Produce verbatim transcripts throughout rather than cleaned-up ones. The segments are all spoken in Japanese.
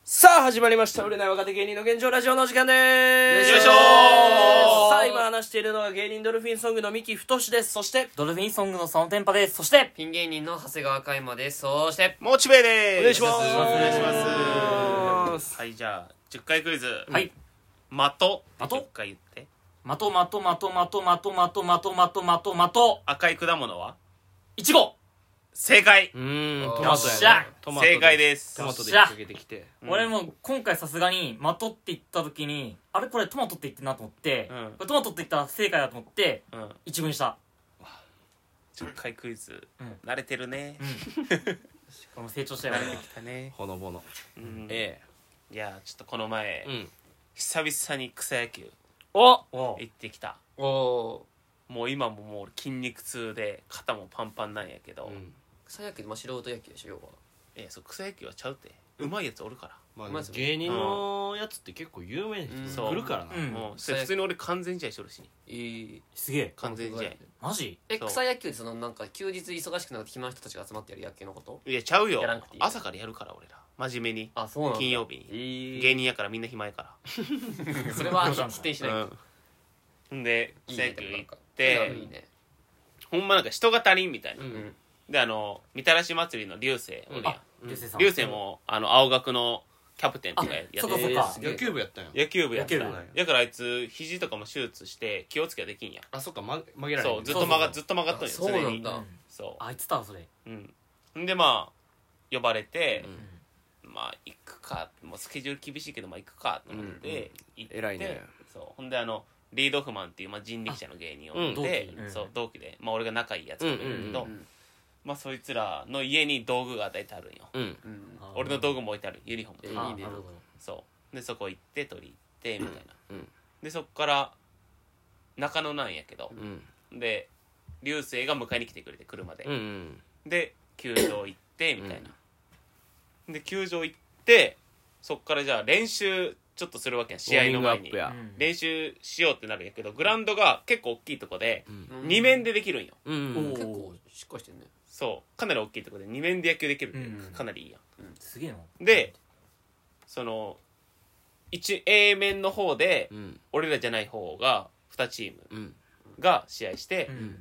さあ始まりました売れない若手芸人の現状ラジオの時間でーす。 よいしょー。 さあ今話しているのは芸人ドルフィンソングの三木太です。そしてドルフィンソングのそのテンパです。そしてピン芸人の長谷川海馬です。そしてモチベでーす。 お願いしますお願いしまます。はい、じゃあじゅっかいクイズ。 はい的的じゅっかい言って。 まとまとまとまとまとまとまとまとまとまと赤い果物はいちご。 正解。 うーんおートマトよっしゃやねトマトで正解ですトマトで引っ掛けてきてうん俺も今回さすがにまとって言った時にあれこれトマトって言ってんなと思って、 うんこれトマトって言ったら正解だと思ってうんいちごにした。 じゅっかいクイズうん慣れてるね。 これも成長したよね慣れてきたね。 ほのぼのうんえいやちょっとこの前えうん久々に草野球おお行ってきた。 おーもう今ももう筋肉痛で肩もパンパンなんやけど、 うん草野球まあ素人野球でしょ要は。 えそう草野球はちゃうてうまいやつおるから。 まあまず芸人のやつって結構有名なうん人来るからなうんもうそれ普通に俺完全試合しとるしえー、 すげえ完全試合。 マジそうえ草野球ってそのなんか休日忙しくなって暇な人たちが集まってやる野球のこと？ いやちゃうよやらなくていい朝からやるから俺ら真面目にあそうなんだ。 金曜日にえー、 芸人やからみんな暇やかそれは否定しない。 らうんでいい草野球行っねなんかていいね。 ほんまなんか人が足りんみたいなううんん。 であのみたらし祭りの流星おるやあ流星さんん流星もあの青学のキャプテンとかやってそっかそっかえー野球部やったんや野球部やった野球部なんやだからあいつ肘とかも手術して気をつけはできんやあそっかま曲げられそうずっそうそうそうと曲がずっと曲がっとんやあそう常になんだうんそあいつだそれううんんでまあ呼ばれてうんまあ行くかもうスケジュール厳しいけどまあ行くかと思って行って偉いねそうほんであのリードオフマンっていう、まあ、人力車の芸人を見て、 うん同期そう同期で、まあ、俺が仲いいやつがいるけど、 うんうんまあ、そいつらの家に道具が与えてあるんようんうん。 俺の道具も置いてあるユニフォームえとかいいねあなるほどそうでそこ行って取り行ってみたいな、 うんでそっから中野なんやけどう、んで流星が迎えに来てくれて車で、 うんうんで球場行ってみたいな、で球場行ってそっからじゃあ練習ちょっとするわけやん試合の前にウォーミングアップやうん練習しようってなるんやけどグラウンドが結構大きいとこでうんに面でできるんよ。 うんうん結構しっかりしてるね。 そうかなり大きいとこでに面で野球できるってうんかなりいいやん。 すげえなでその いちエー 面の方でうん俺らじゃない方がにチームうんが試合してう、ん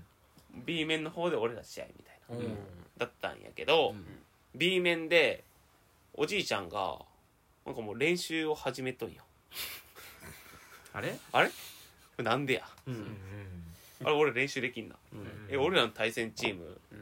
B 面の方で俺ら試合みたいなうんだったんやけど、 うん B 面でおじいちゃんがなんかもう練習を始めとんよ。 あれあれこれなんでやうんあれ俺練習できんな、 うんえ俺らの対戦チーム、 うん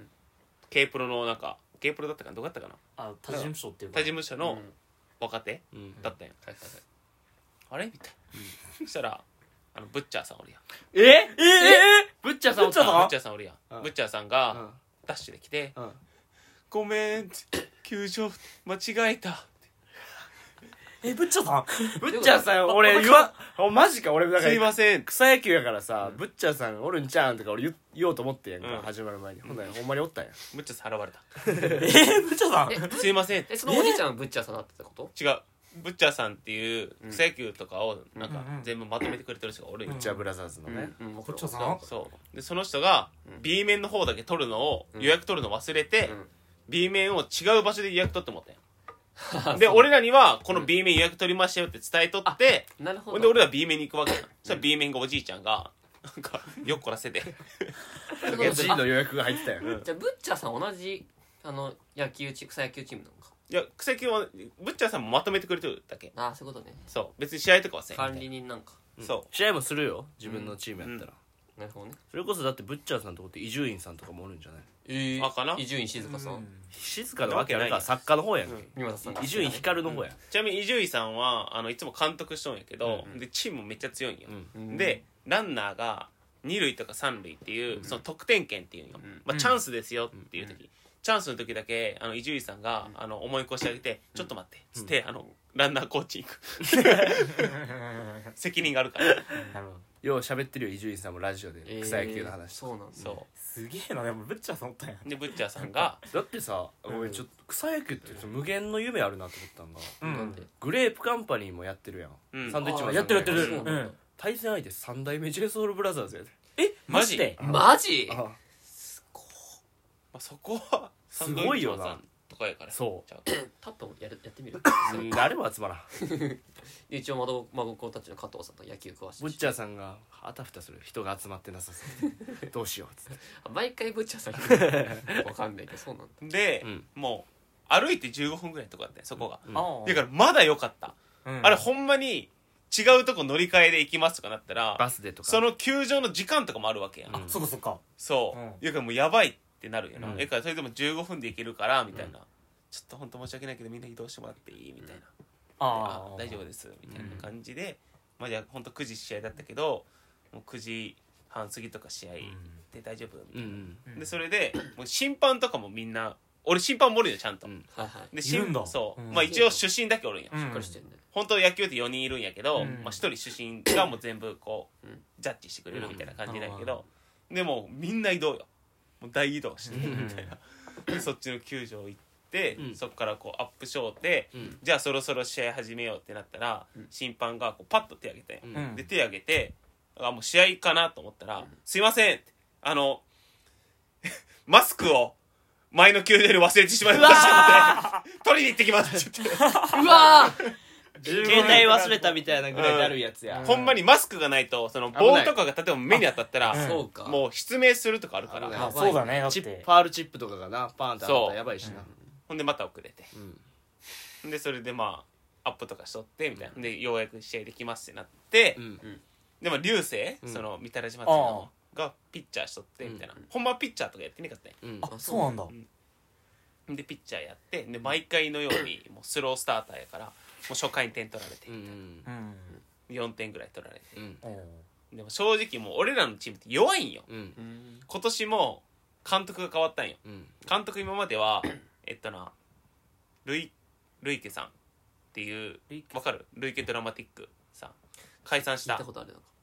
K プロのなんか K プロだったかなどこだったかなあ他事務所っていうか他事務所のうん若手うんだったんや、 はいはいはい。 あれみたいな、そしたらあのブッチャーさんおるやんえええブッチャーさんおったブッチャーさんおるやん、 うんブッチャーさんがダッシュで来てうんうん 「ごめん」って「球場間違えた」 えブッチャーさんブッチャーさん俺言わおマジか俺だかすいらません草野球やからさブッチャーさんおるんちゃうんとか俺言言おうと思ってやんかうん始まる前にほんならほんまにおったんやブッチャーさん現れたえブッチャーさんえすいませんえそのおじいちゃんはブッチャーさんだってこと？ 違うブッチャーさんっていう草野球とかをなんかうんうん全部まとめてくれてる人がおるんよブッチャーブラザーズのねうん。 ブッチャーさんそうでその人が B 面の方だけ取るのを予約取るの忘れて、 うん B 面を違う場所で予約取ってもらったんやで俺らにはこの B 面予約取りましたよって伝えとって、 なるほど。 ほんで俺ら B 面に行くわけやん、そしたら B 面がおじいちゃんがなんかよっこらせておじいの予約が入ってたよじゃあブッチャーさん同じあの野球チ草野球チームなのか。 いや草野球はブッチャーさんもまとめてくれてるだけああそういうことね。 そう別に試合とかはせんみたいな管理人なんか。 そ試合もするよ自分のチームやったらなるほどね。 それこそだってブッチャーさんとこって伊集院さんとかもおるんじゃないえあかな伊集院静香さん。 静かなわけあるから作家の方やんけ三又さんが。 伊集院光の方やうちなみに伊集院さんはあのいつも監督しとんやけど、でチームもめっちゃ強いんよ、 うんでランナーがに塁とかさん塁っていう、その得点圏っていうんよ、 んまあ、チャンスですよっていう時、チャンスの時だけあの伊集院さんが、あの思い越してあげて、ちょっと待ってっつって、あのランナーコーチ行く責任があるからなるほどよう喋ってるよ伊集院さんもラジオでえー草野球の話そうなんだ。 そすげえなでもブッチャーさんおったんやうでブッチャーさんがだってさ俺ちょっと草野球って無限の夢あるなと思ったんがうんなんで？ グレープカンパニーもやってるやん、 うんサンドイッチマンさんやってるやってるそうなんだうん対戦相手三代目 j ソ o ルブラザーズやでえマジでマジ？ あまあ、そこはすごいよなサンドイッチマンさんとかやからそうちゃうタップもやるやってみるうん誰も集まらん一応孫孫子たちの加藤さんと野球詳しいブッチャーさんがあたふたする人が集まってなさそうでどうしようっつって毎回ブッチャーさんいるわかんないけどそうなんだで、 うんもう歩いてじゅうごふんぐらいのとこだったよそこが、 うんあだからまだ良かった、 うんあれほんまに違うとこ乗り換えで行きますとかなったらバスでとかその球場の時間とかもあるわけやん、 うんそっかそっかそう、 うんだからもうやばいってなるよな、 うんだからそれでもじゅうごふんで行けるからみたいな、ちょっと本当申し訳ないけどみんな移動してもらっていいみたいな、 ああ大丈夫ですみたいな感じで、まあじゃあ本当くじ試合だったけどもうくじはん過ぎとか試合で大丈夫みたいな、 うんうんでそれでもう審判とかもみんな俺審判もおるよちゃんと、 うんはいはいでいるんだそう、 うんまあ一応主審だけおるんや、 うんしっかりしてんね本当野球ってよにんいるんやけど、 うんまあ、ひとり主審がもう全部こう、 うんジャッジしてくれるみたいな感じなんやけど、でもうみんな移動よもう大移動してみたいなでそっちの球場行って、 うんそっからこうアップショーで、 うんじゃあそろそろ試合始めようってなったら、 うん審判がこうパッと手挙げて、 うんうんで手挙げてあもう試合かなと思ったら「すいません」ってあのマスクを前の球場に忘れてしまいましたので取りに行ってきますって言ってうわー携帯忘れたみたいなぐらいであるやつや、 うんほんまにマスクがないとそのボールとかが例えば目に当たったら、 うんそうかもう失明するとかあるから、 危ないまあそうだねだっチップてファールチップとかがなパーンってあったらやばいしなほんでまた遅れてうんでそれでまあアップとかしとってみたいなでようやく試合できますってなって、 うんでも流星、 うんそのみたらし祭りのがピッチャーしとってみたいな、 うんほんまはピッチャーとかやってなかったねうんあそうなんだでピッチャーやってで毎回のようにもうスロースターターやからもう初回に点取られてうんうんよんてんぐらい取られてうんおうでも正直もう俺らのチームって弱いんようんうん今年も監督が変わったんようん監督今まではえっとなルイルイケさんっていうルイケわかるルイケドラマティックさん解散し聞いたたことあるなんか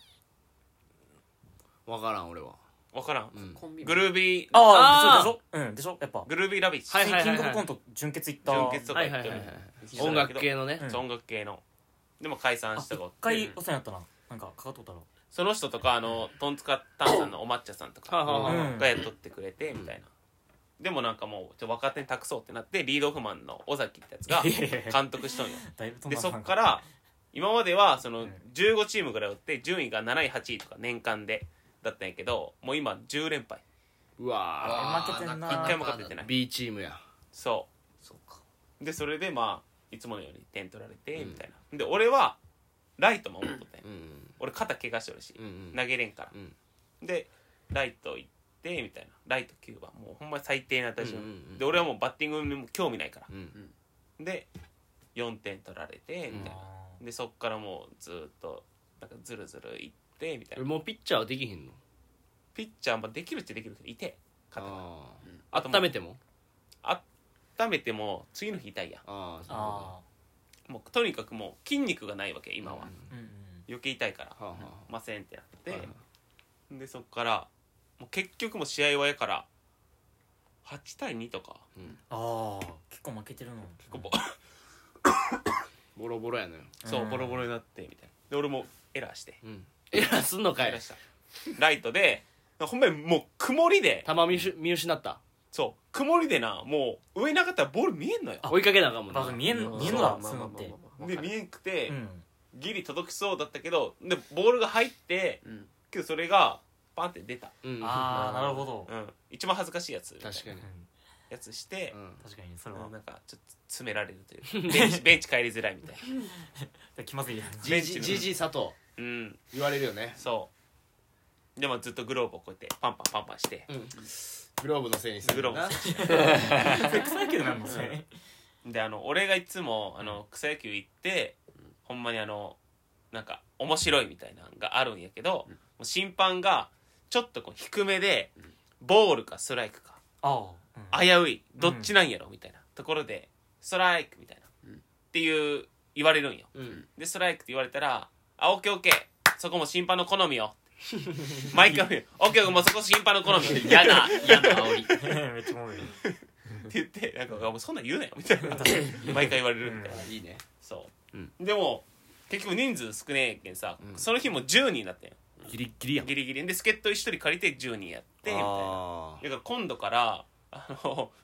分からん俺はわからんうんコンビグルービーああでしょでしょうんでしょやっぱグルービーラビッチはいはいキングオブコント準決行った準決とかはい言ってるはいはいはい音楽系のねうんそう音楽系のでも解散あしたが一回お世話になったななんかかかっとったらその人とかあのトンツカタンさんのお抹茶さんとかはあはあはあうんがやっとってくれてみたいなでもなんかもうちょ若手に託そうってなってリードオフマンの尾崎ってやつが監督しとんよだいぶ飛んでだなそっから今まではそのうんじゅうごチームぐらいおって順位がなないはちいとか年間でだったんやけどもう今じゅう連敗うわ負けてんな一回も勝ててないー B チームやそそうかうでそれでまあいつものように点取られてうんみたいなで俺はライト守っとったんやうん俺肩怪我してるしうんうん投げれんからうんでライト行ってみたいなライトきゅうばんもうほんまに最低な打順、 うんうんうんで俺はもうバッティングにも興味ないからうんでよんてん取られてみたいな、 あでそっからもうずっとなんかズルズルいってみたいなもうピッチャーはできひんのピッチャーまあできるっちゃできるけど痛い肩がああともうあ温めても温めても次の日痛いやああーあもうとにかくもう筋肉がないわけ今は、 うんーうんうん余計痛いからはあはませんってなって、 はいはでそっからもう結局もう試合はやからはちたいにとかうんああ結構負けてるの結構ボボロボロやのよそうボロボロになってみたいなで俺もエラーしてうんエラーすんのかいエラーしたライトでほんまにもう曇りで球見し見失ったそう曇りでなもう上になかったらボール見えんのよ追いかけなあかんもんなまず見えんうん見えんのだそういうのってで見えんくて、 うんギリ届きそうだったけどでボールが入ってうんけどそれがパンって出た、 うんああなるほどうん、一番恥ずかしいやつ確かにうんやつしてう、ん確かにそれはうんなんかちょっと詰められるというベンチベンチ帰りづらいみたいな気まずいやつじじじじ佐藤うん言われるよねそうでもずっとグローブをこうやってパンパンパンパンしてうんグローブのせいにするグローブなのせい臭いけどなんのそれであの俺がいつもあの草野球行ってほんまにあのなんか面白いみたいなのがあるんやけど、もう審判がちょっとこう低めでボールかストライクかああ危ういどっちなんやろみたいなところでストライクみたいな、 うんっていう言われるんようんでストライクって言われたら「あオッケーオッケーそこも審判の好みよ」毎回「オッケーもうそこ審判の好み」って嫌な嫌な煽りめっちゃおもろい言ってなんか「もうそんなん言うなよ」みたいな毎回言われるみたいな、 いいねそう、 うんでも結局人数少ねえけんさ、 うんその日もじゅうにんだったよギリッギリやんギリギリで助っ人ひとり借りてじゅうにんやってみたいなあだから今度からあの、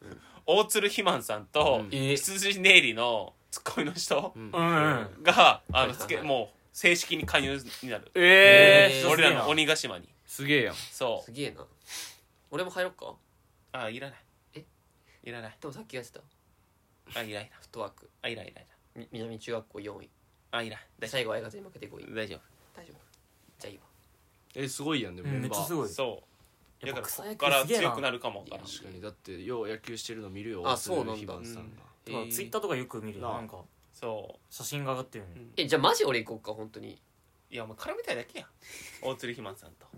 大鶴肥満さんとうんえー羊ネイリのツッコミの人うんうんうんがあのつけはいはいはいもう正式に加入になるえーえー俺らの鬼ヶ島にすげえやんそすげえな俺も入ろっかうあいらないえいらないでもさっきやってたあいらないフットワークあいらないいらないみ南中学校よんいあいらない大丈最後相方に負けてごい夫大丈大丈夫じゃあいいわえすごいやんでもうんメンバーめっちゃすごい夫そうだからこやっぱ草野球っからすげえな強くなるかもわからん確かにだってよう野球してるの見るよあそうなんだ大鶴肥満さんがえーツイッターとかよく見るよなあなんかそ写真が上がってるねうんえじゃあマジ俺行こうか本当にういやお前絡みたいだけやん大鶴肥満さんと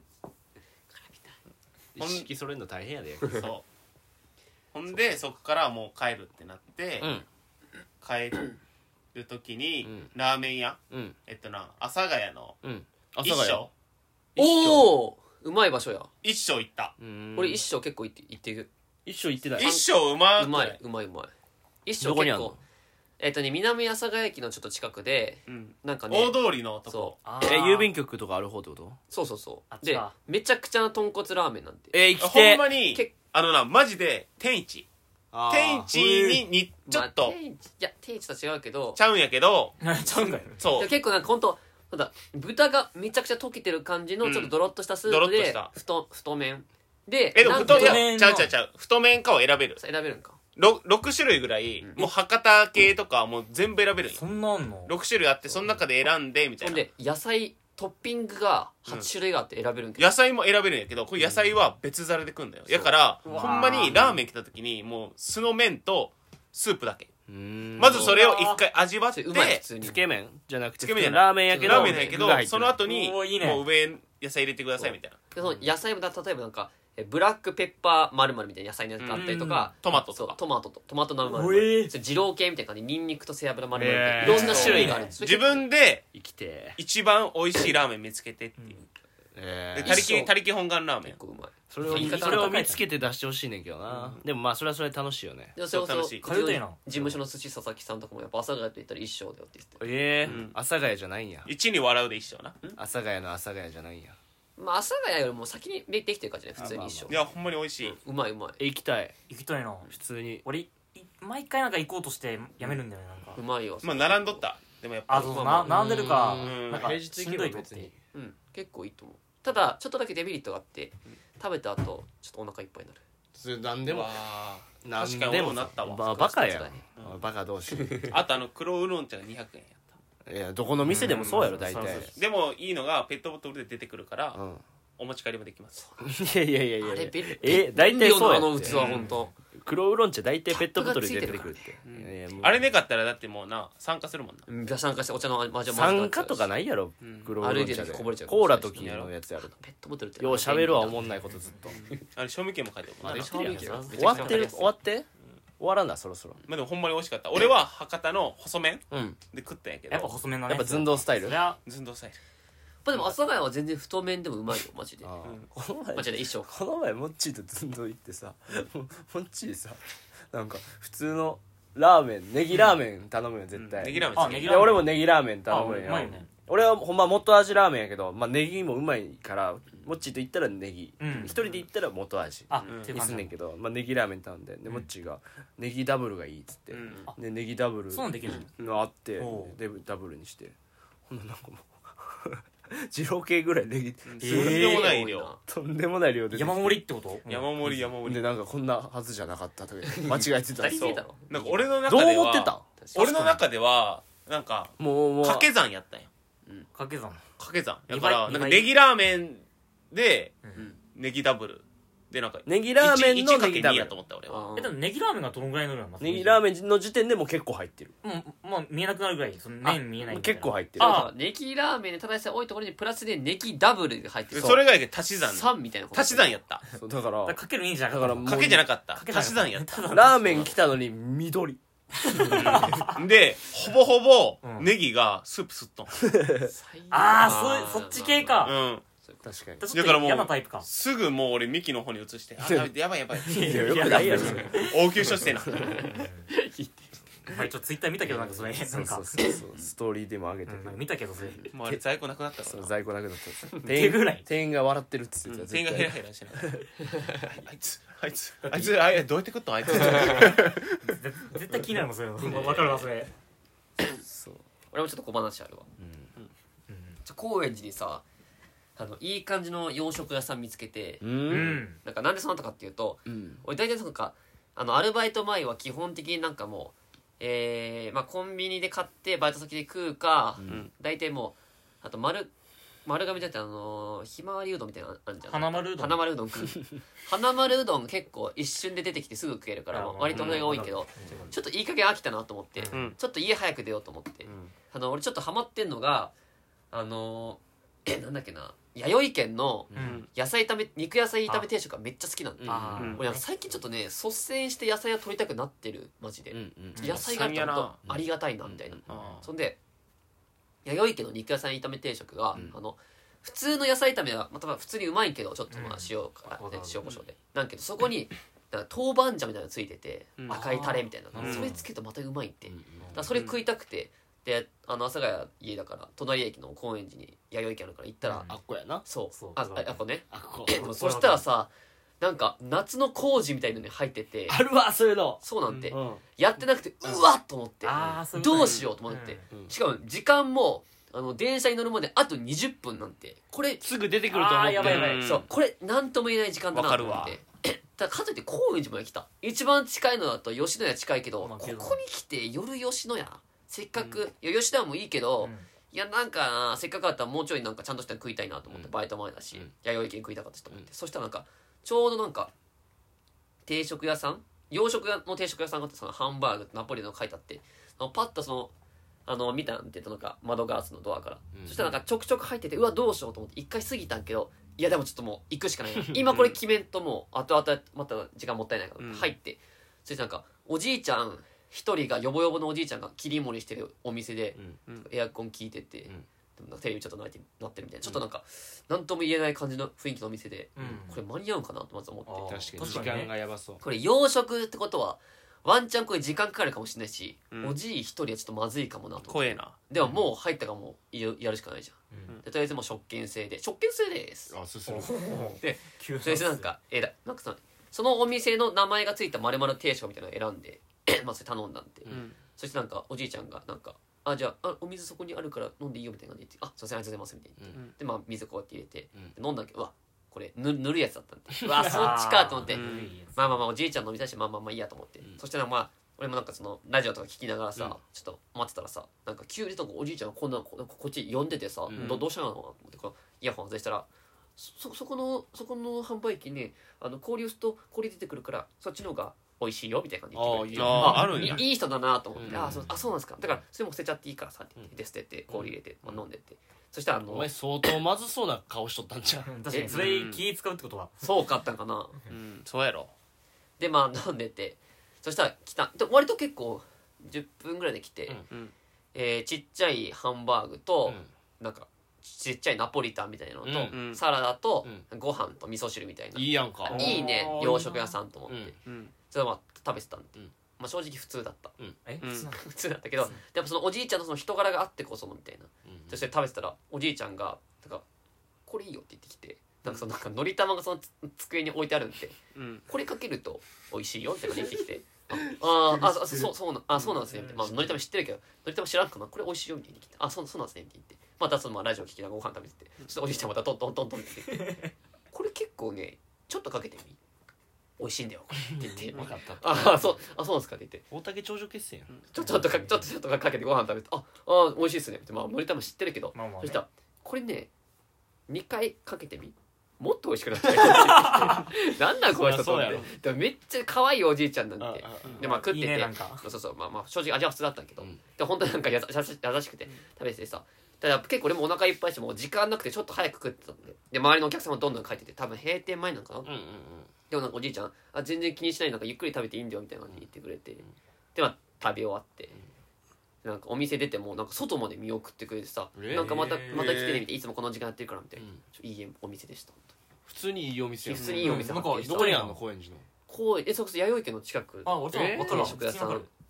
一式それんの大変やでそうほんでそこからもう帰るってなって、 うん帰る時に、 うんラーメン屋うんえっとな阿佐ヶ谷のうん一生おおうまい場所や一生行ったうん俺一生結構行って行ってる一生行ってない一生うまくうまいうまいうまい一生どこにあんの結構えっとね南阿佐ヶ谷駅のちょっと近くでうんなんかね大通りのとこそあえ郵便局とかある方ってことそうそうそうであっちかめちゃくちゃな豚骨ラーメンなんてえー、生きほてんまにけあのなマジで天一あー天一ににちょっとまあ天一いや天一とは違うけどちゃうんやけどちゃうんかよそういや結構なんかほんとなんだ豚がめちゃくちゃ溶けてる感じのうんちょっとドロッとしたスードロプでッとした太太麺でえでもなんか太いや太麺のちゃうちゃうちゃう太麺かを選べる選べるんかろく, 種類ぐらい、もう博多系とかもう全部選べるんよそんなあんのろく種類あってその中で選んでみたいなほんで野菜トッピングがはち種類があって選べるんけど野菜も選べるんやけどこれ野菜は別皿で食うんだよだからうわーほんまにラーメン来た時にもう酢の麺とスープだけうーんまずそれを一回味わってそれうまい普通につけ麺じゃなくてつけ麺じゃないラーメンやけどラーメンなんやけど具が入ってるその後におーいいねもう上野菜入れてくださいみたいなでその野菜もだ例えばなんかえブラックペッパー丸々みたいな野菜のやつがあったりとか、 トマトとかそうトマトとトマトの丸々 おえそれ二郎系みたいな感じでニンニクと背脂丸々みたいなへーいろんな種類があるんです自分で生きて一番美味しいラーメン見つけてっていうえーで他力一緒他力本願ラーメン結構うまいそれを言い方それを見つけて出してほしいねんけどなでもまあそれはそれで楽しいよねでもそれこそそう楽しいうちの通いたいな事務所の寿司佐々木さんとかもやっぱ阿佐ヶ谷と言ったら一生だよって言ってたええうん阿佐ヶ谷じゃないんや一に笑うで一緒な阿佐ヶ谷の阿佐ヶ谷じゃないんやまあ阿佐ヶ谷よりも先にでできてる感じね普通に一生いやほんまに美味しい、 うまいうまいえ行きたい行きたいな普通に俺い毎回なんか行こうとしてやめるんだよねなんかうまいよまあ並んどったでもやっぱあそうそうな並んでるかうんなんか平日行けしんどいと思ってば別にうん結構いいと思うただちょっとだけデメリットがあって食べた後ちょっとお腹いっぱいになるそれ何でもわ何確かに俺もなったわばバカやん少しずつだねおいバカ同士あとあの黒ウーロン茶がにひゃくえんやっいやどこの店でもそうやろ大体うんそうそうたでもいいのがペットボトルで出てくるからうんお持ち帰りもできますいやいやいやいやあれべえ大体そうやあの器って本当黒ウーロン茶大体ペットボトルで出てくるってうんいやいやもうあれねかったらだってもうな参加するもんなうん参加してお茶の味は酸化とかいないやろうん黒ウーロン茶歩いてるで時こぼれちゃうコーラ時のやつやろペットボトルってよう喋るわ思んないことずっとあれ賞味期限も書いてるもんなあれ賞味期限終わってる終わって終わらんだそろそろまあでもほんまに美味しかった俺は博多の細麺うんで食ったんやけやっぱど細麺のねやっぱ寸胴スタイルそりゃ寸胴スタイルまあでも阿佐ヶ谷は全然太麺でもうまいよマジでああうんこの前マジで一生この前モッチーと寸胴行ってさモッチーさなんか普通のラーメンネギラーメン頼むよ絶対ネギラーメン好きあネギラーメンで俺もネギラーメン頼むんあうよまいよね俺はほんま元味ラーメンやけど、まあ、ネギもうまいからモッチーと言ったらネギうん一人で行ったら元味あうんにっていう感じすんねんけど、まあ、ネギラーメン頼んででモッチーがネギダブルがいいっつって、 うんでネギダブルそうなんできるののあっておうでダブルにしてほんななんかもう二郎系ぐらいネギとんでもない量とんでもない量で山盛りってこと山盛り山盛りでなんかこんなはずじゃなかったとか言って間違えてたそう足りてたろなんか俺のどう中では思ってたん俺の中ではなんかもうもう掛け算やったんよ掛け算掛け算だ二倍からなんか二倍ネギラーメンでうんネギダブルでなんかネギラーメンのいちネギダブルやと思った俺はあえでもネギラーメンがどのぐらいの量なのネギラーメメンの時点でもう結構入ってるンもうもう見えなくなるぐらいその麺見えないみたいな結構入ってるああネギラーメンで正しさ多いところにプラスでネギダブルが入ってるそれが足し算さんみたいなこと足し算やったそうだからだからかけるにじゃなかっただからもう掛けじゃなかったかけじゃなかった足し算やったただラーメン来たのに緑でほぼほぼうんネギがスープ吸っとん最悪ああそうそっち系かうん確かにちょっとだからもう嫌なタイプかすぐもう俺ミキの方に移してあやばいやばいやばいいやよくないやろそれ応急処置せなはいちょっとツイッター見たけどなんかそれなんかそうそうそうそうストーリーでも上げてるうんなんか見たけどそれもうあれ在庫なくなったかそうら在庫なくなった店手ぐらい店員が笑ってるっつってた店員がヘラ絶ヘラしてないあいつあいつあいつあいどうやって食ったのあいつ絶絶対気になるもんそういうのわかるわそれそう俺もちょっと小話あるわ。ちょ高円寺にさあのいい感じの洋食屋さん見つけて、 ううんんなんかなんでそうなったかっていうと、 うん俺大体なんかあのアルバイト前は基本的になんかもうえー、まあコンビニで買ってバイト先で食うか、 ん大体もうあと丸丸亀じゃなくてあのーひまわりうどんみたいなのあるじゃん。 花丸うどん花丸うどん食う花丸うどん結構一瞬で出てきてすぐ食えるからあ割とそれが多いけど、ちょっといい加減飽きたなと思って、 んちょっと家早く出ようと思って、あの俺ちょっとハマってんのがあのー、えなんだっけな弥生県のうん野菜炒め肉野菜炒め定食がめっちゃ好きなんで、 あーうん俺なんか最近ちょっとね率先して野菜を取りたくなってるマジで、 うんうん野菜があるとやな本当ありがたいなみたいな、 あそんで弥生家の肉野菜炒め定食が、 うんあの普通の野菜炒めは、まあ、多分普通にうまいけどちょっとまあうん塩か、 わかる塩コショウでなんけどそこになんか豆板醤みたいなのついてて、 うん赤いタレみたいな、 うんそれつけるとまたうまいって、 うんだからそれ食いたくてであの阿佐ヶ谷家だから隣駅の高円寺に弥生家あるから行ったら、 あっこやなそうそうああやっぱねあっこでもそしたらさなんか夏の工事みたいのに入っててあるわそういうのそうなんて、 うんやってなくてうわっと思ってあーそういうことねどうしようと思って、 うんしかも時間もあの電車に乗るまであとにじゅっぷんなんてこれすぐ出てくると思ってあーやばいやばいうんそうこれ何とも言えない時間だなと思わかってただかといって高円寺まで来た一番近いのだと吉野家近いけど、こまあけどこに来て夜吉野家せっかく、いや吉野家もいいけど、 うんいやなんかなせっかくあったらもうちょいなんかちゃんとしたの食いたいなと思って、 うんバイト前だし、 うん弥生県食いたかったしと思って、そしたらなんかちょうどなんか定食屋さん洋食屋の定食屋さんがあってそのハンバーグとナポリタンが書いてあってあのパッとそのあの見たんってなんか窓ガラスのドアから、 うんそしたらなんかちょくちょく入っててうわどうしようと思って一回過ぎたんけどいやでもちょっともう行くしかないな今これ決めんともう後々また時間もったいないから、 うん入ってそしてなんかおじいちゃん一人がヨボヨボのおじいちゃんが切り盛りしてるお店で、 うんエアコン効いてて、 んでもテレビちょっと鳴いてなってるみたいなちょっとなんか何とも言えない感じの雰囲気のお店で、 うんこれ間に合うんかなとまず思ってあー確かに時確かにね間がやばそうこれ洋食ってことはワンチャンこれ時間かかるかもしれないし、 うんおじい一人はちょっとまずいかもなと思って怖えなでももう入ったからもうややるしかないじゃん、 うんでとりあえずもう食券制で食券制ですあすするで急とりあえずなんかえらなんかそのそのお店の名前がついた丸々定食みたいなのを選んでまあそれ頼んだんで、 うんそしてなんかおじいちゃんがなんか「あじゃああお水そこにあるから飲んでいいよ」みたいな感じで言って「あすいませんありがとうございます」みたいな言って、 うんでまあ水こうやって入れて、 うんで飲んだけどうわこれぬ塗るやつだったんでうわそっちかと思って、 うんまあまあまあおじいちゃん飲みたいしまあまあまあいいやと思って、 んそしたらまあ俺もなんかそのラジオとか聞きながらさ、 うんちょっと待ってたらさなんか急になんかおじいちゃんがこんなこここっち呼んでてさ、 うんどどうしたのかなと思ってこのイヤホン外したらそそこのそこの販売機にあの氷押すと氷出てくるからそっちの方が美味しいよみたいな感じで言ってくれてああーあるんやいいい人だなと思って、 うんあそうあそうなんですかだからそれも捨てちゃっていいからさって言って、で捨てて氷入れて、まあ、飲んでってそしたらあのお前相当まずそうな顔しとったんじゃん確かにそれ気使うってことはそうかったんかなうんそうやろでまあ飲んでてそしたら来たで割と結構じゅっぷんぐらいで来て、 うんうんえーちっちゃいハンバーグと、なんかちっちゃいナポリタンみたいなのと、 うんサラダと、 うご飯と味噌汁みたいな、 いいやんかいいねあー洋食屋さんと思って、 うんうんそれはまあ食べてたんで、 うんまあ、正直普通だったうんえ普通なの普通だったけど、でもそのおじいちゃんのその人柄があってこそのみたいな、 うんそして食べてたらおじいちゃんが「なんかこれいいよ」って言ってきてなんかそのなんかのり玉がそのつ机に置いてあるんでうんこれかけると美味しいよみたいな言ってきてああーあそそうそうなあそうなんですねみたいな、まあ、のり玉知ってるけどのり玉知らんかなこれ美味しいよみたいに言ってきてあそうそうなんですねみたいに言ってまたそのまあラジオ聞きながらご飯食べててそしておじいちゃんまたトントントントンって言ってこれ結構ねちょっとかけてみ美味しいんだよこれって言って分かったああそうあそうなんですかって言って大竹頂上決戦やんちょちょっとかちょっとちょっとかけてご飯食べてああ美味しいですねってまあのり玉知ってるけど、 まあまあねそしたらこれねにかいかけてみもっと美味しくなっちゃうよって言ってなんなんこの人と思っそりゃそうやろてでもめっちゃ可愛いおじいちゃんなんてああでまあ食っていていねなんかそうそうまあまあ正直味は普通だったんだけど、 うんで本当になんかやさ優し優しくて食べててさただ結構俺もお腹いっぱいしてもう時間なくてちょっと早く食ってたんでで周りのお客さんもどんどん帰ってて多分閉店前なんかな、 うんうんうんでもなんかおじいちゃんあ全然気にしないなんかゆっくり食べていいんだよみたいな感じで言ってくれて、でまあ食べ終わって、なんかお店出てもなんか外まで見送ってくれてさ、 えーなんかまたまた来てねみたいないつもこの時間やってるからみたいな、 うんちょいいお店でした普通にいいお店やん普通にいいお店うん発見したどこにあんの高円寺のこうえそこそ弥生家の近くあ俺えー分かるわ定食屋さん普通に分か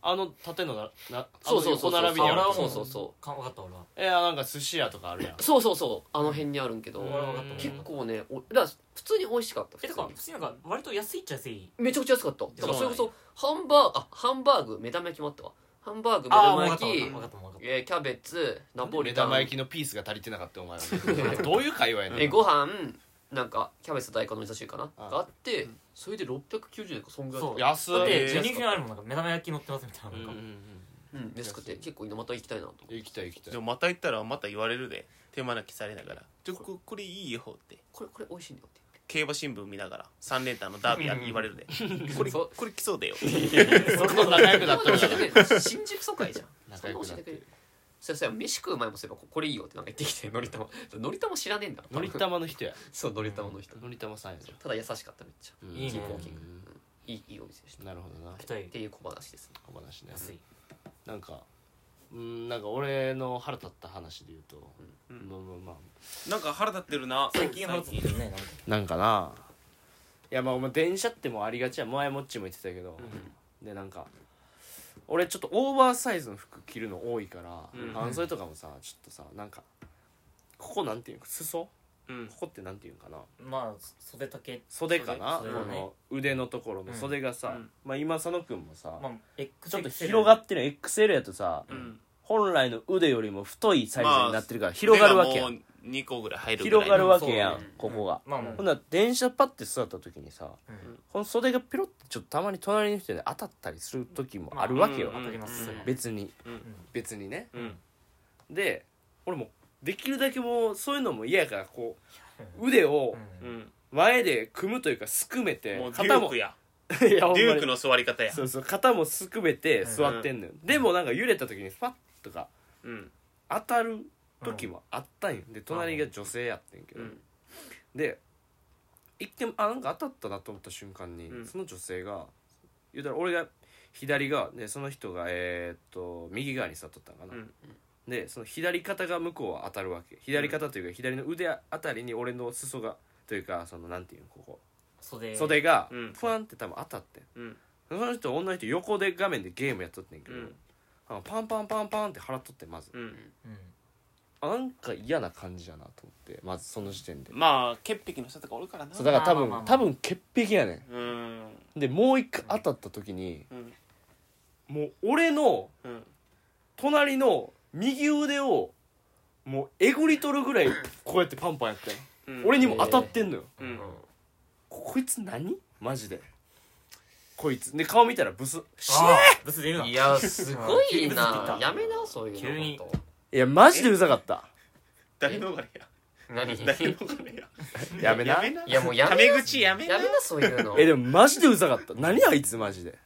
あの縦のななそうそうそうそうあの横並びにあるあそうそうそうか分かった俺は。 えー、なんか寿司屋とかあるやんそうそうそうあの辺にあるんけど、 うん俺は分かった。 結構ねおだから普通に美味しかった。 え、だから普通になんか割と安いっちゃ安い。 めちゃくちゃ安かった。だからそれこそうそハンバーグあハンバーグ目玉焼きもあったわ。ハンバーグ目ああ、 玉分かった焼き分かった分かった。 えーキャベツナポリ目タン玉焼きのピースが足りてなかったお前はどういう会話やねんえご飯なんかキャベツ大根の味噌汁かなあがあってそれでろっぴゃくきゅうじゅうえんかそんぐらいだそうった安いだってえージェニフィンあるもんなんか目玉焼き乗ってますみたいなうんうんなんか。 うん安くて結構また行きたいなと思ってうん行きたい行きたいでもまた行ったらまた言われるで手招きされながら「ちょここれいいよ」ってこれこれ美味しいんだよって競馬新聞見ながらさん連単のダービー言われるでこれそうこれ来そうだよそこ仲良くなったら新宿疎開じゃん仲良くなってるそれさ飯食う前もそういえばこれいいよってなんか言ってきてのりたまのりたま知らねえんだのりたまの人やそうのりたまの人のりたまさんやじただ優しかっためっちゃゃんいいねキーポーキングいいいいお店でしたなるほどな二人っていう小話ですね小話ね安い。 なんかうんなんか俺の腹立った話で言うと、 うんまあまあまあなんか腹立ってるな最近腹立ってるねなんか。 なんかないやまあお前電車ってもうありがちや前もっちも言ってたけど、でなんか俺ちょっとオーバーサイズの服着るの多いから、 うん半袖とかもさちょっとさなんかここなんていうの裾うんここってなんていうんかなまあ袖丈。 袖かな袖袖だねこの腕のところの袖がさ、 うんまあ今佐野くんもさ、 まあエックちょっと広がっってる エックスエル やとさ、 うん本来の腕よりも太いサイズになってるから広がるわけやん、 腕がもうにこぐらい入るぐらい広がるわけやん、 そうねここが、 まあまあほんなら電車パッて座った時にさ、 うんこの袖がピロってちょっとたまに隣の人で当たったりする時もあるわけよ、 まあ当たります。 うん別にうん別にねうんで俺もできるだけもうそういうのも嫌やからこう腕をうんうん前で組むというかすくめてもうデ肩もュークやいやほんまにデュークの座り方やそうそう肩もすくめて座ってんのよ、でもなんか揺れた時にファッとかうん当たる時もあったんよで隣が女性やってんけど、 うんで一見あなんか当たったなと思った瞬間に、 うんその女性が言うたら俺が左側でその人がえーっと右側に座っとったんかな、 うんでその左肩が向こうは当たるわけ左肩というか左の腕あたりに俺の裾がというかそのなんていうのここ袖。 袖がうんふわんって多分当たってん、 うんその人女の人横で画面でゲームやっとってんけど、 うんあのパンパンパンパンって払っとってまず、 うんうん。 あなんか嫌な感じやなと思ってまずその時点で、 まあ潔癖の人とかおるからなそうだから多分、 まあまあまあ多分潔癖やねうんんでもう一回当たった時にうんもう俺のうん隣の右腕をもうえぐり取るぐらいこうやってパンパンやってん、 うん俺にも当たってんのよ、 うんここいつ何マジでこいつで顔見たらブスしあーブスでいるないやすごい急にブスって言ったなやめなそういうの急にほんといやマジでうざかった誰のがれや何誰のがれややめなやめないやもうやタめなメ口やめなやめなそういうのえでもマジでうざかった何あいつマジで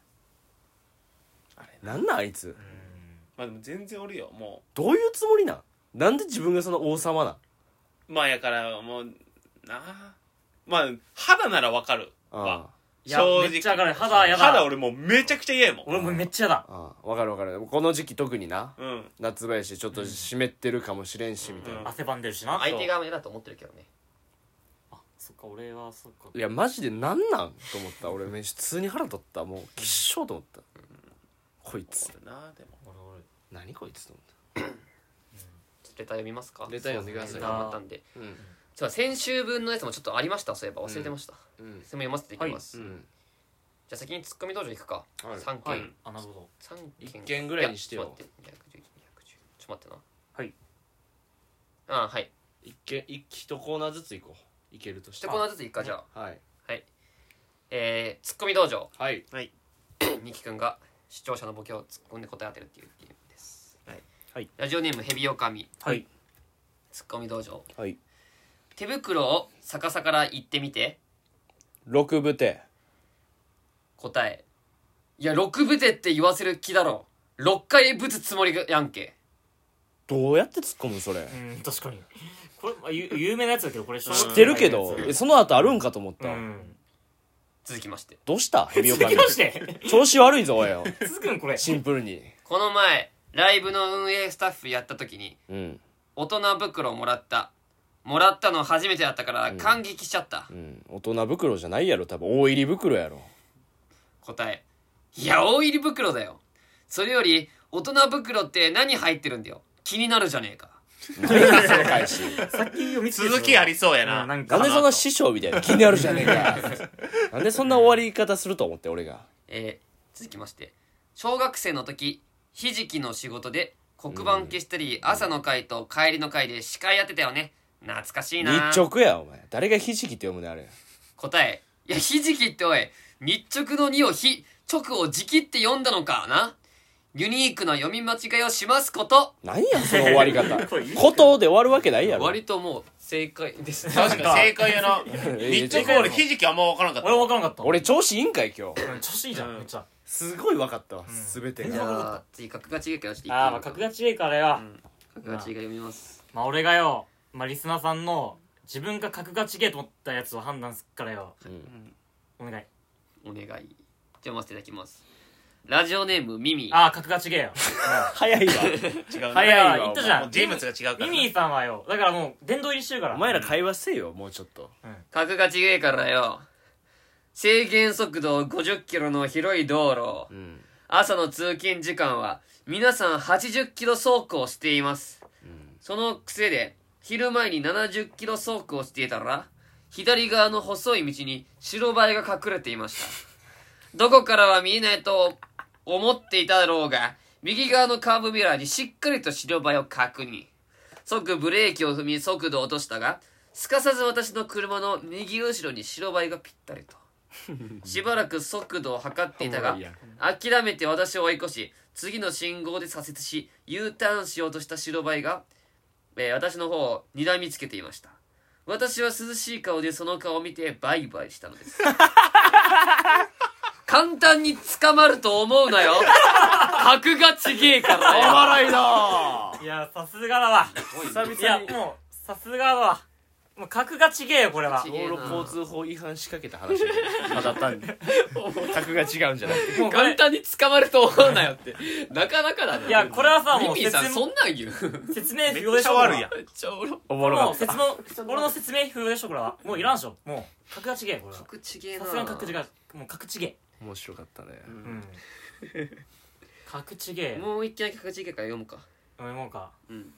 なんなんあいつまあでも全然おるよもどういうつもりなんなんで自分がその王様なんうまあやからもうなあまあ肌ならわかるわあいや正直めっちゃ上がる肌やだ肌俺もうめちゃくちゃ嫌やもん俺もめっちゃやだああ分かる分かるこの時期特になうん夏場やしちょっと湿ってるかもしれんしみたいな、 うん汗ばんでるしな相手が嫌だと思ってるけどねあそっか俺はそっかいやマジでなんなんと思った俺め普通に腹立ったもうきっしょうと思った、こいつおるなでも俺俺何こいつと思っレター読みますかレター読んでください頑張ったんでたうんじゃあ先週分のやつもちょっとありましたそういえば忘れてました、 うんそれも読ませていきます、 うんじゃあ先にツッコミ道場行くか、 はいさんけん、 はいあなるほど三件一件ぐらいにしてよいやちょっと待ってにひゃくじゅういち、にひゃくじゅうちょっと待ってはいなあはい一件一一コーナーずついこういけるとして一コーナーずついくかじゃあはいはいえー、ツッコミ道場はいはいニキ君が視聴者のボケを突っ込んで答え当てるっていうゲームです、 はいはいラジオネームヘビオカミはいツッコミ道場はい手袋を逆さから言ってみて六分手答えいや六分手って言わせる気だろろっかいぶつつもりやんけどうやって突っ込むそれうん確かにこれまあゆ有名なやつだけどこれ知知ってるけどえその後あるんかと思ったわ、 うん続きましてどうしたヘビオカ続ミきまして調子悪いぞおいよ続くんこれシンプルにこの前ライブの運営スタッフやった時にうん大人袋もらったもらったの初めてだったから感激しちゃった、 うん大人袋じゃないやろ多分大入り袋やろ答えいや大入り袋だよそれより大人袋って何入ってるんだよ。気になるじゃねえか。 何やその返し先を見つけて続きありそうやな、 うんなんかなんでそんな師匠みたいな気になるじゃねえかなんでそんな終わり方すると思って俺がえー、続きまして、小学生の時ひじきの仕事で黒板消したり、朝の会と帰りの会で司会やってたよね。懐かしいな。 日直やお前誰がひじきって読むねあれ答え、いやひじきっておい、日直のにをひ直をじきって読んだのかな。ユニークな読み間違いをしますこと。 何やその終わり方これいいことで終わるわけないやろ割ともう正解ですね。 確かに正解やなえ日直俺ひじきあんま分からんかった俺分からんかった俺調子いいんかい今日うん調子いいじゃんうんめっちゃすごい分かったわ全てがじゃあ次角が違いからしていああまあ格が違いからよ角が違い読みます。 まあ俺がよまあリスナーさんの自分が格が違えと思ったやつを判断すっからよお願いお願い。読ませていただきます。ラジオネームミミ。 ああ格が違えよ早いわ違うな早いわいわ言ったじゃもうん人物が違うからなミミィさんはよだからもう殿堂入りしてるからお前ら会話せよもうちょっと角が違えからよ。制限速度ごじゅっキロの広い道路。 うん朝の通勤時間は皆さんはちじゅっキロ走行しています。その癖で昼前にななじゅっキロ走行していたら左側の細い道に白バイが隠れていました。どこからは見えないと思っていただろうが右側のカーブミラーにしっかりと白バイを確認。即ブレーキを踏み速度を落としたがすかさず私の車の右後ろに白バイがぴったりと。しばらく速度を測っていたがおもろいや諦めて私を追い越し次の信号で左折し U ターンしようとした白バイが、えー私の方を睨みつけていました。私は涼しい顔でその顔を見てバイバイしたのです簡単に捕まると思うなよ格がちげえからよ。 おもろいないやさすがだわ久々にいやもうさすがだわもう格が違えよこれは違道路交通法違反仕掛けた話ただ単に格が違うんじゃなくてもうこれ簡単に捕まると思うなよってなかなかだね。 いやこれはさもうミミさん説そんなん言う説明不めっ要でしょちゃ悪いやんめっちゃおろおもろかったもう説の俺の説明不要でしょこれはもういらんでしょもう格が違えこれは格ちげえな。 さすがに格違えもう格違え面白かったねうん格違えもう一回格ちげえから読むか。 読もうかうん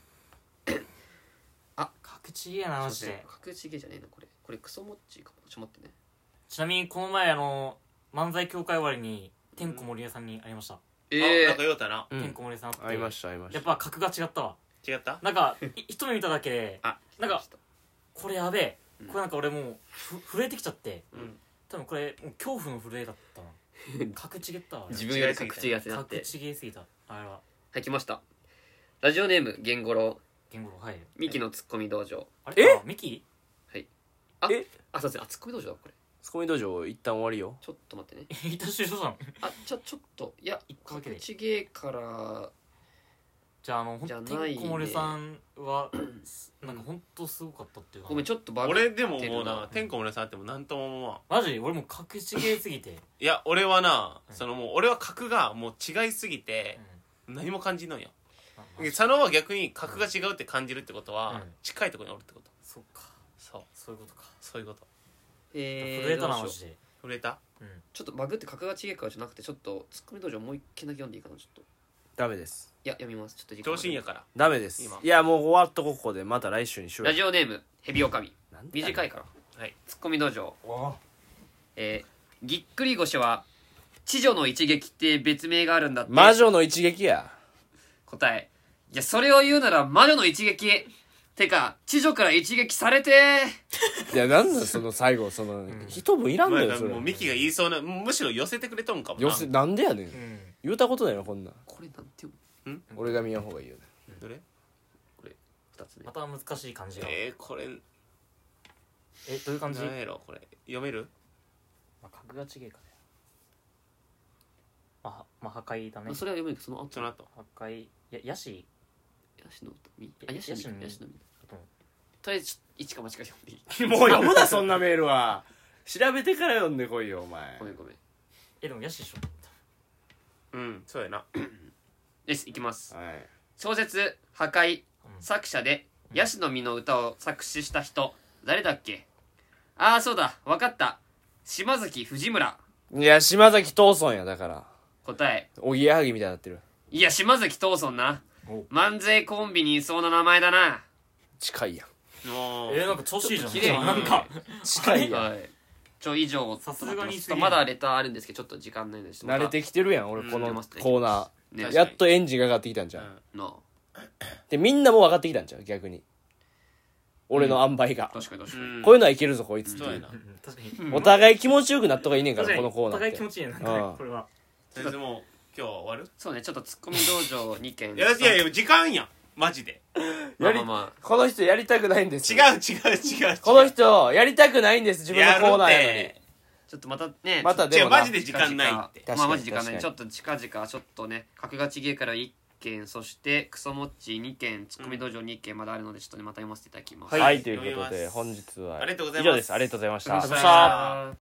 格違えなマジで格ちげえじゃねえなこれ。これクソモッチーかも。ちょっと待ってね。 ちなみにこの前あの漫才協会終わりに天子森江さんに会いましたあえなんか言おうたなうん天子森江さん会って会いました会いましやったぱ格が違ったわ違ったなんかい一目見ただけであなんかこれやべえうんこれなんか俺もうふ震えてきちゃってうん多分これもう恐怖の震えだったな格違ったわ自分より格ちげえやつになっ格て。 違えすぎたあれははい来ました。ラジオネームゲンゴロウ。 言語はいミキのツッコミ道場。 あれえあミキあえあすいません。あツッコミ道場だこれ。 ツッコミ道場一旦終わりよちょっと待ってね。 いた終了したのあちょちょっといや一個だけで格ちげえからじゃああのほんじゃないね天子森さんはなんか本当すごかったっていうかごめんちょっとバグ俺でもってるもうな天子村さんってもなんとも思わんマジ俺もう格違えすぎていや俺はなうんそのもう俺は格がもう違いすぎて何も感じんのんよあ佐野は逆に格が違うって感じるってことはうん近いところにおるってことそっかそうそういうことかそういうことえー震えたなどうしようマジで触れたうんちょっとバグって格がちげえからじゃなくてちょっとツッコミ道場もう一件だけ読んでいいかなちょっと。 ダメですいや読みます。ちょっと時間調子いいんやからダメです今いやもう終わっとここでまた来週にしようラジオネームヘビオカミ。 なんでやねん短いからはいツッコミ道場。 わえー、ぎっくり腰は知女の一撃って別名があるんだって。 魔女の一撃や答え。いやそれを言うなら魔女の一撃てか知女から一撃されていやなんだその最後その一分いらんのまあよそれもうミキが言いそうなむしろ寄せてくれとんかもなよせなんでやねんうん言うたことないのこんなんこれなんて読む俺が見やん方がいいよねどれ二つねまた難しい感じがえー、これえどういう感じ何やろこれ読めるまあ格が違えかねまあまあ破壊だねまあそれは読めるけどその後その後破壊やヤシヤシの実あヤシの実ヤシの実ヤシの実うんとりあえず一か八か読んでいいもう読むなそんなメールは調べてから読んでこいよお前ごめんごめんえでもヤシでしょうんそうやなですいきます。 はい小説「破壊」 うん作者でヤシの実の歌を作詞した人誰だっけ。ああそうだわかった。島崎藤村。 いや島崎藤村やだから答えおぎやはぎみたいになってる。 いや島崎藤村な。漫才コンビにいそうな名前だな。 近いやん。 もうえー、なんか調子いいじゃん。 ちょっと綺麗なんか近いやん。 はいちょ以上さすがにちょっとまだレターあるんですけどちょっと時間ないので慣れてきてるやん俺このうんコーナねー。やっとエンジンが上がってきたんじゃん。 なでみんなも分かってきたんじゃん逆に。俺の塩梅が。 確かに確かに、 うんこういうのはいけるぞこいつっていう。 そうやなうん確かにお互い気持ちよくなっとがいいねんから確かにこのコーナーってお互い気持。ちいいねなんかねうんこれは全然もう今日終わるそうねちょっとツッコミ道場にけんいやいやいや時間やんマジでまあまあまこの人やりたくないんです違う違う違うこの人やりたくないんです自分のコーナーやのに。 あちょっとまたねまたでもな違うマジで時間ないって確かにまあマジ時間ない確かにちょっと近々ちょっとね角がちゲーからいっけんそしてクソモッチにけんツッコミ道場にけんまだあるのでちょっとねまた読ませていただきます。 はい、ということ読みますで本日はありがとうございます以上です。ありがとうございました。 ありがとうございました。